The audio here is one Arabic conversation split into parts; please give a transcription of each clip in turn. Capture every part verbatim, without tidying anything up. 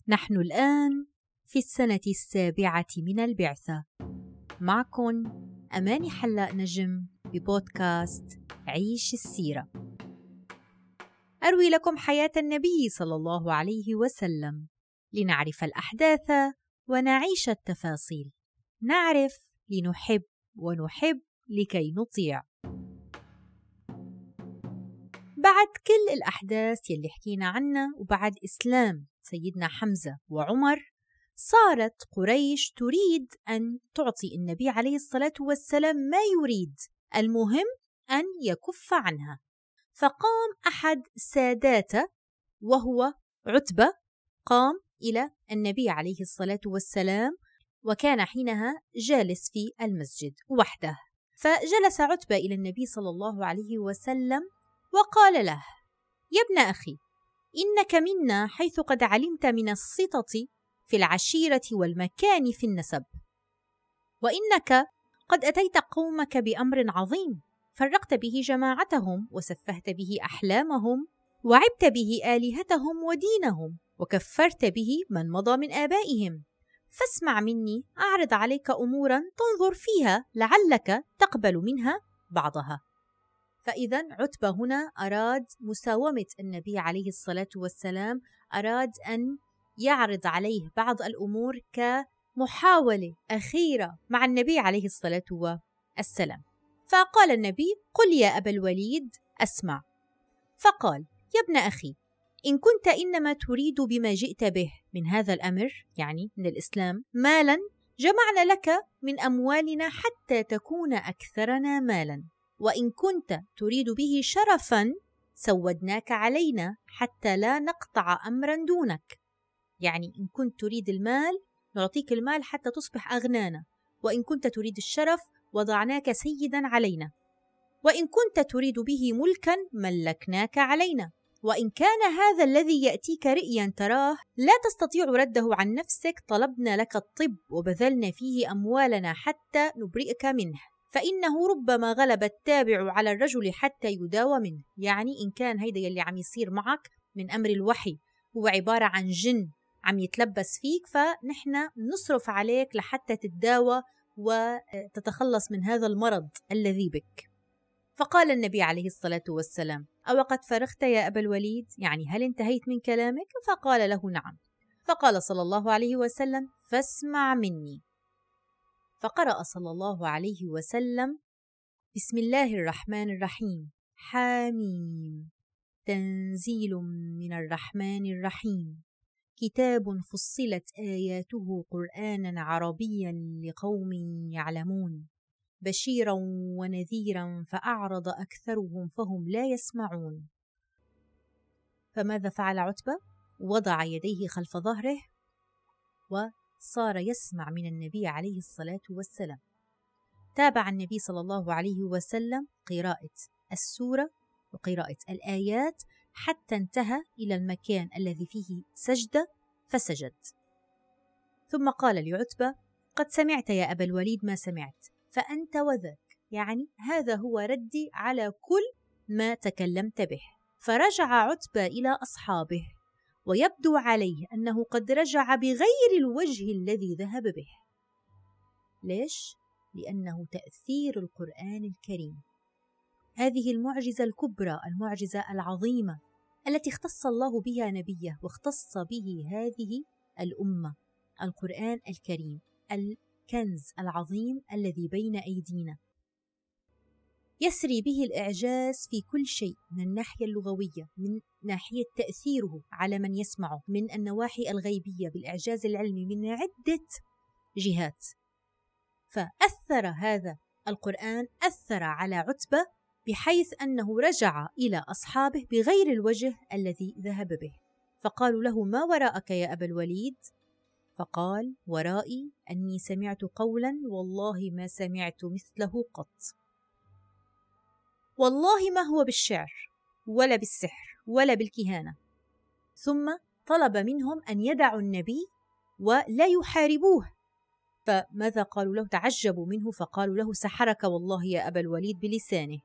نحن الآن في السنة السابعة من البعثة. معكم أماني حلاق نجم ببودكاست عيش السيرة. أروي لكم حياة النبي صلى الله عليه وسلم لنعرف الأحداث ونعيش التفاصيل. نعرف لنحب ونحب لكي نطيع. بعد كل الأحداث يلي حكينا عنها وبعد إسلام سيدنا حمزة وعمر، صارت قريش تريد أن تعطي النبي عليه الصلاة والسلام ما يريد، المهم أن يكف عنها. فقام أحد ساداته وهو عتبة، قام إلى النبي عليه الصلاة والسلام، وكان حينها جالس في المسجد وحده. فجلس عتبة إلى النبي صلى الله عليه وسلم وقال له: يا ابن أخي، إنك منا حيث قد علمت من السطة في العشيرة والمكان في النسب، وإنك قد أتيت قومك بأمر عظيم، فرقت به جماعتهم وسفهت به أحلامهم وعبت به آلهتهم ودينهم وكفرت به من مضى من آبائهم، فاسمع مني أعرض عليك أمورا تنظر فيها لعلك تقبل منها بعضها. فإذا عتبة هنا أراد مساومة النبي عليه الصلاة والسلام، أراد أن يعرض عليه بعض الأمور كمحاولة أخيرة مع النبي عليه الصلاة والسلام. فقال النبي: قل يا أبا الوليد أسمع. فقال: يا ابن أخي، إن كنت إنما تريد بما جئت به من هذا الأمر، يعني من الإسلام، مالا، جمعنا لك من أموالنا حتى تكون أكثرنا مالا، وإن كنت تريد به شرفا سودناك علينا حتى لا نقطع أمرا دونك. يعني إن كنت تريد المال نعطيك المال حتى تصبح أغنانا، وإن كنت تريد الشرف وضعناك سيدا علينا، وإن كنت تريد به ملكا ملكناك علينا، وإن كان هذا الذي يأتيك رئيا تراه لا تستطيع رده عن نفسك طلبنا لك الطب وبذلنا فيه أموالنا حتى نبرئك منه، فإنه ربما غلب التابع على الرجل حتى يداوى منه. يعني إن كان هيدا يلي عم يصير معك من أمر الوحي هو عبارة عن جن عم يتلبس فيك، فنحن نصرف عليك لحتى تتداوى وتتخلص من هذا المرض الذي بك. فقال النبي عليه الصلاة والسلام: أو قد فرغت يا أبا الوليد؟ يعني هل انتهيت من كلامك؟ فقال له: نعم. فقال صلى الله عليه وسلم: فاسمع مني. فقرأ صلى الله عليه وسلم: بسم الله الرحمن الرحيم، حاميم، تنزيل من الرحمن الرحيم، كتاب فصلت آياته قرآنا عربيا لقوم يعلمون، بشيرا ونذيرا فأعرض أكثرهم فهم لا يسمعون. فماذا فعل عتبة؟ وضع يديه خلف ظهره وصار يسمع من النبي عليه الصلاة والسلام. تابع النبي صلى الله عليه وسلم قراءة السورة وقراءة الآيات حتى انتهى إلى المكان الذي فيه سجدة فسجد، ثم قال لعتبة: قد سمعت يا أبا الوليد ما سمعت، فأنت وذاك، يعني هذا هو ردي على كل ما تكلمت به. فرجع عتبة إلى أصحابه ويبدو عليه أنه قد رجع بغير الوجه الذي ذهب به. ليش؟ لأنه تأثير القرآن الكريم، هذه المعجزة الكبرى، المعجزة العظيمة التي اختص الله بها نبيه واختص به هذه الأمة، القرآن الكريم، الكنز العظيم الذي بين أيدينا، يسري به الإعجاز في كل شيء، من الناحية اللغوية، من ناحية تأثيره على من يسمعه، من النواحي الغيبية بالإعجاز العلمي، من عدة جهات. فأثر هذا القرآن، أثر على عتبة بحيث أنه رجع إلى أصحابه بغير الوجه الذي ذهب به. فقالوا له: ما وراءك يا أبا الوليد؟ فقال: ورائي أني سمعت قولا والله ما سمعت مثله قط، والله ما هو بالشعر ولا بالسحر ولا بالكهانة. ثم طلب منهم أن يدعوا النبي ولا يحاربوه. فماذا قالوا له؟ تعجبوا منه فقالوا له: سحرك والله يا أبا الوليد بلسانه.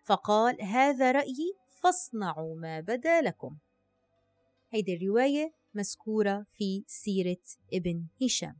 فقال: هذا رأيي فاصنعوا ما بدا لكم. هيدي الرواية مذكورة في سيرة ابن هشام.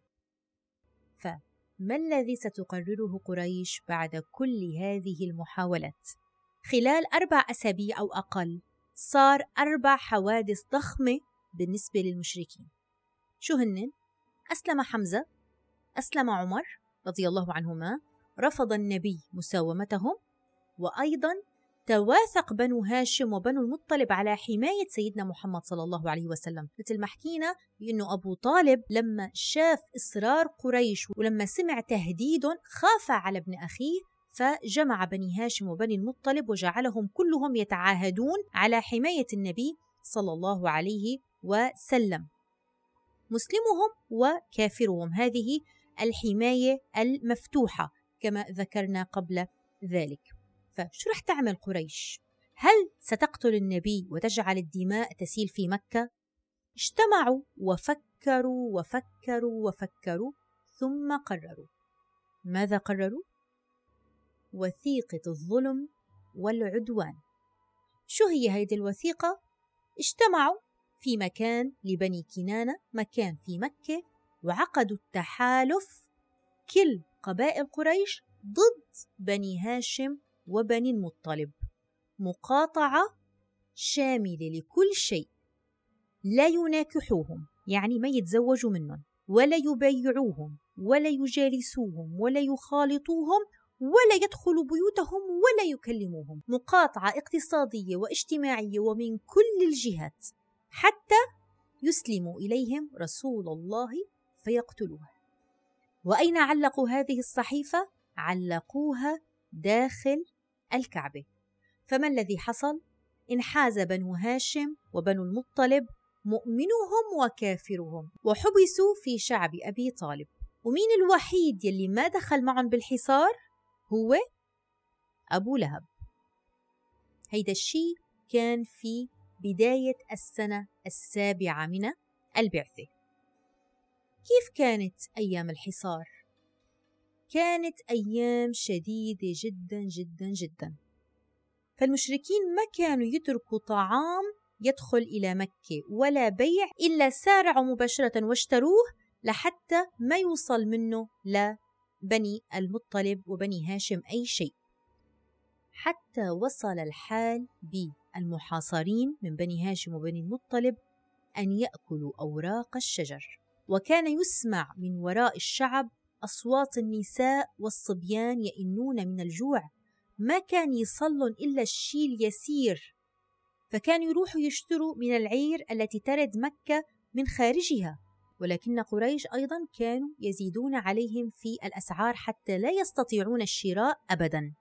فما الذي ستقرره قريش بعد كل هذه المحاولات؟ خلال أربع أسابيع أو أقل صار أربع حوادث ضخمة بالنسبة للمشركين. شو هن؟ أسلم حمزة، أسلم عمر رضي الله عنهما، رفض النبي مساومتهم، وأيضا تواثق بنو هاشم وبنو المطلب على حماية سيدنا محمد صلى الله عليه وسلم. مثل ما حكينا بأنه أبو طالب لما شاف إصرار قريش ولما سمع تهديدهم خاف على ابن أخيه، فجمع بني هاشم وبني المطلب وجعلهم كلهم يتعاهدون على حماية النبي صلى الله عليه وسلم، مسلمهم وكافرهم. هذه الحماية المفتوحة كما ذكرنا قبل ذلك. فشو رح تعمل قريش؟ هل ستقتل النبي وتجعل الدماء تسيل في مكة؟ اجتمعوا وفكروا وفكروا وفكروا ثم قرروا. ماذا قرروا؟ وثيقة الظلم والعدوان. شو هي هيدي الوثيقة؟ اجتمعوا في مكان لبني كنانة، مكان في مكة، وعقدوا التحالف كل قبائل قريش ضد بني هاشم وبني المطلب، مقاطعة شاملة لكل شيء، لا يناكحوهم يعني ما يتزوجوا منهم، ولا يبايعوهم، ولا يجالسوهم، ولا يخالطوهم، ولا يدخلوا بيوتهم، ولا يكلموهم. مقاطعة اقتصادية واجتماعية ومن كل الجهات، حتى يسلموا إليهم رسول الله فيقتلوه. وأين علقوا هذه الصحيفة؟ علقوها داخل الكعبة. فما الذي حصل؟ انحاز بنو هاشم وبنو المطلب، مؤمنهم وكافرهم، وحبسوا في شعب أبي طالب. ومين الوحيد يلي ما دخل معهم بالحصار؟ هو أبو لهب. هيدا الشيء كان في بداية السنة السابعة من البعثة. كيف كانت أيام الحصار؟ كانت أيام شديدة جدا جدا جدا، فالمشركين ما كانوا يتركوا طعام يدخل إلى مكة ولا بيع إلا سارعوا مباشرة واشتروه لحتى ما يوصل منه لبني المطلب وبني هاشم أي شيء. حتى وصل الحال بالمحاصرين من بني هاشم وبني المطلب أن يأكلوا أوراق الشجر، وكان يسمع من وراء الشعب أصوات النساء والصبيان يئنون من الجوع، ما كان يصلون إلا الشيء اليسير، فكانوا يروحوا يشتروا من العير التي ترد مكة من خارجها. ولكن قريش أيضا كانوا يزيدون عليهم في الأسعار حتى لا يستطيعون الشراء أبدا.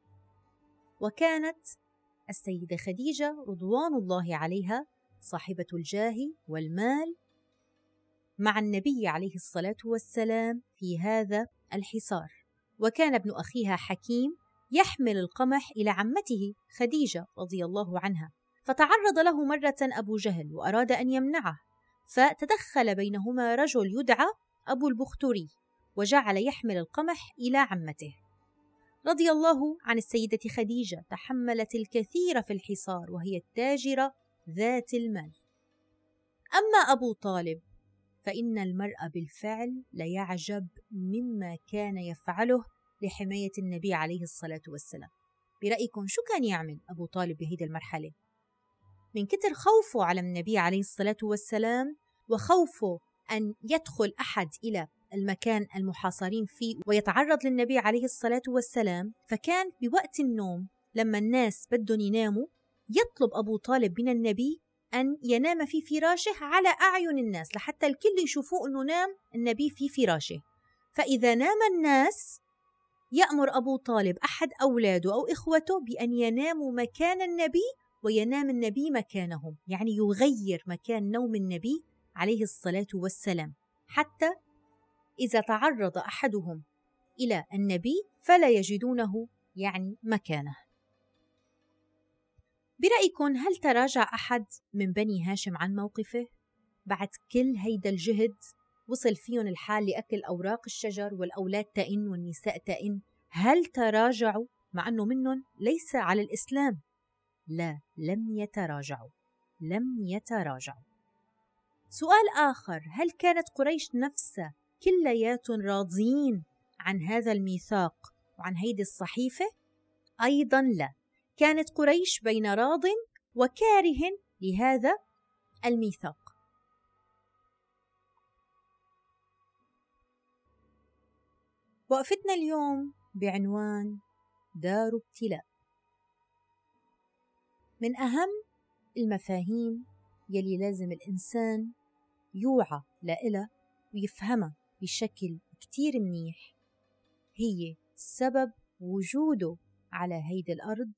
وكانت السيدة خديجة رضوان الله عليها صاحبة الجاه والمال مع النبي عليه الصلاة والسلام في هذا الحصار، وكان ابن أخيها حكيم يحمل القمح إلى عمته خديجة رضي الله عنها، فتعرض له مرة أبو جهل وأراد أن يمنعه، فتدخل بينهما رجل يدعى أبو البختري وجعل يحمل القمح إلى عمته. رضي الله عن السيدة خديجة، تحملت الكثير في الحصار وهي التاجرة ذات المال. أما أبو طالب فإن المرء بالفعل ليعجب مما كان يفعله لحماية النبي عليه الصلاة والسلام. برأيكم شو كان يعمل أبو طالب بهذه المرحلة؟ من كتر خوفه على النبي عليه الصلاة والسلام وخوفه أن يدخل أحد إلى المكان المحاصرين فيه ويتعرض للنبي عليه الصلاة والسلام، فكان بوقت النوم لما الناس بدهم يناموا يطلب أبو طالب من النبي أن ينام في فراشه على أعين الناس لحتى الكل يشوفوه أنه نام النبي في فراشه. فإذا نام الناس يأمر أبو طالب أحد أولاده أو إخوته بأن يناموا مكان النبي وينام النبي مكانهم، يعني يغير مكان نوم النبي عليه الصلاة والسلام، حتى إذا تعرض أحدهم إلى النبي فلا يجدونه يعني مكانه. برأيكم هل تراجع أحد من بني هاشم عن موقفه؟ بعد كل هيدا الجهد وصل فيهم الحال لأكل أوراق الشجر والأولاد تئن والنساء تئن، هل تراجعوا مع أنه منهم ليس على الإسلام؟ لا، لم يتراجعوا، لم يتراجعوا. سؤال آخر، هل كانت قريش نفسها كليات راضين عن هذا الميثاق وعن هيدي الصحيفة؟ أيضا لا، كانت قريش بين راض وكاره لهذا الميثاق. وقفتنا اليوم بعنوان دار ابتلاء. من أهم المفاهيم يلي لازم الإنسان يوعى لإلها ويفهمها بشكل كتير منيح هي سبب وجوده على هيدي الأرض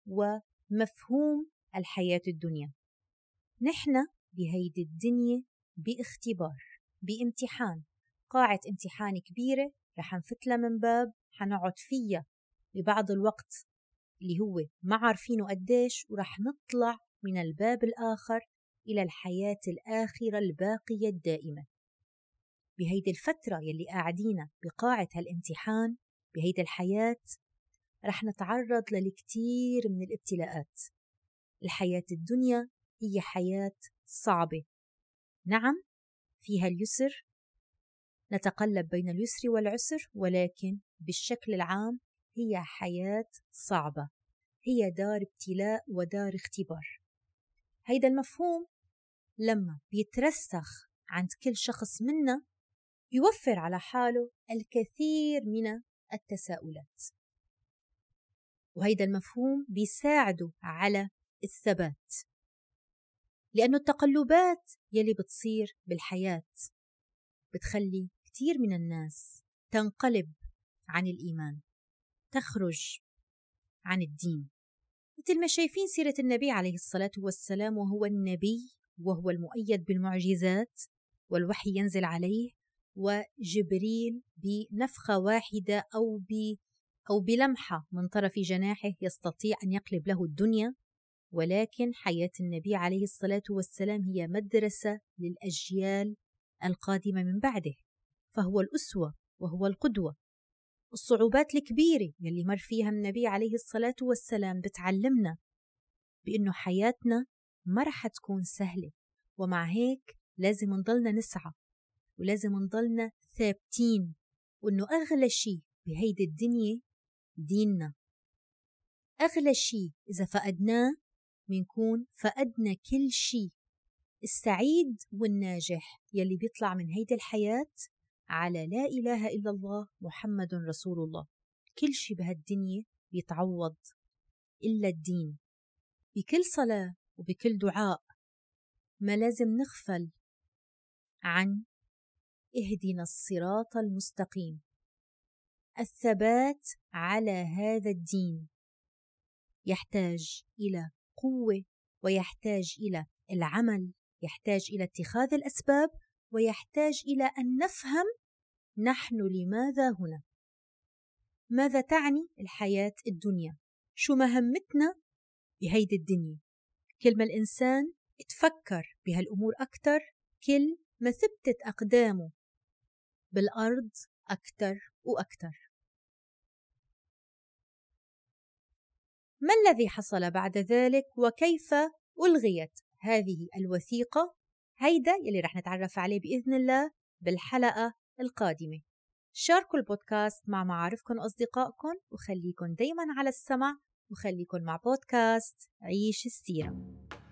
ومفهوم الحياة الدنيا. نحن بهيدي الدنيا باختبار، بامتحان، قاعة امتحان كبيرة رح نفتلها من باب حنقعد فيها ببعض الوقت اللي هو ما عارفينه قديش، ورح نطلع من الباب الآخر إلى الحياة الآخرة الباقية الدائمة. بهيدي الفترة يلي قاعدين بقاعة هالامتحان بهيدي الحياة رح نتعرض للكتير من الابتلاءات. الحياة الدنيا هي حياة صعبة، نعم فيها اليسر، نتقلب بين اليسر والعسر، ولكن بالشكل العام هي حياة صعبة، هي دار ابتلاء ودار اختبار. هيدا المفهوم لما بيترسخ عند كل شخص منا يوفر على حاله الكثير من التساؤلات، وهيدا المفهوم بيساعده على الثبات، لأنه التقلبات يلي بتصير بالحياة بتخلي كتير من الناس تنقلب عن الإيمان، تخرج عن الدين. مثل ما شايفين سيرة النبي عليه الصلاة والسلام، وهو النبي وهو المؤيد بالمعجزات والوحي ينزل عليه، وجبريل بنفخة واحدة أو ب أو بلمحة من طرف جناحه يستطيع أن يقلب له الدنيا. ولكن حياة النبي عليه الصلاة والسلام هي مدرسة للأجيال القادمة من بعده، فهو الأسوة وهو القدوة. الصعوبات الكبيرة يلي مر فيها النبي عليه الصلاة والسلام بتعلمنا بأنه حياتنا ما رح تكون سهلة، ومع هيك لازم نضلنا نسعى ولازم نضلنا ثابتين، وأنه أغلى شيء بهيدي الدنيا ديننا. أغلى شيء إذا فقدناه منكون فقدنا كل شيء. السعيد والناجح يلي بيطلع من هيدي الحياة على لا إله إلا الله محمد رسول الله. كل شيء بهالدنيا بيتعوض إلا الدين. بكل صلاة وبكل دعاء ما لازم نغفل عن اهدنا الصراط المستقيم. الثبات على هذا الدين يحتاج إلى قوة، ويحتاج إلى العمل، يحتاج إلى اتخاذ الأسباب، ويحتاج إلى أن نفهم نحن لماذا هنا، ماذا تعني الحياة الدنيا، شو مهمتنا بهيدي الدنيا. كل ما الإنسان تفكر بهالأمور أكتر، كل ما ثبتت أقدامه بالأرض أكتر وأكتر. ما الذي حصل بعد ذلك وكيف ألغيت هذه الوثيقة؟ هيدا يلي رح نتعرف عليه بإذن الله بالحلقة القادمة. شاركوا البودكاست مع معارفكم وأصدقائكم، وخليكن دايما على السمع، وخليكن مع بودكاست عيش السيرة.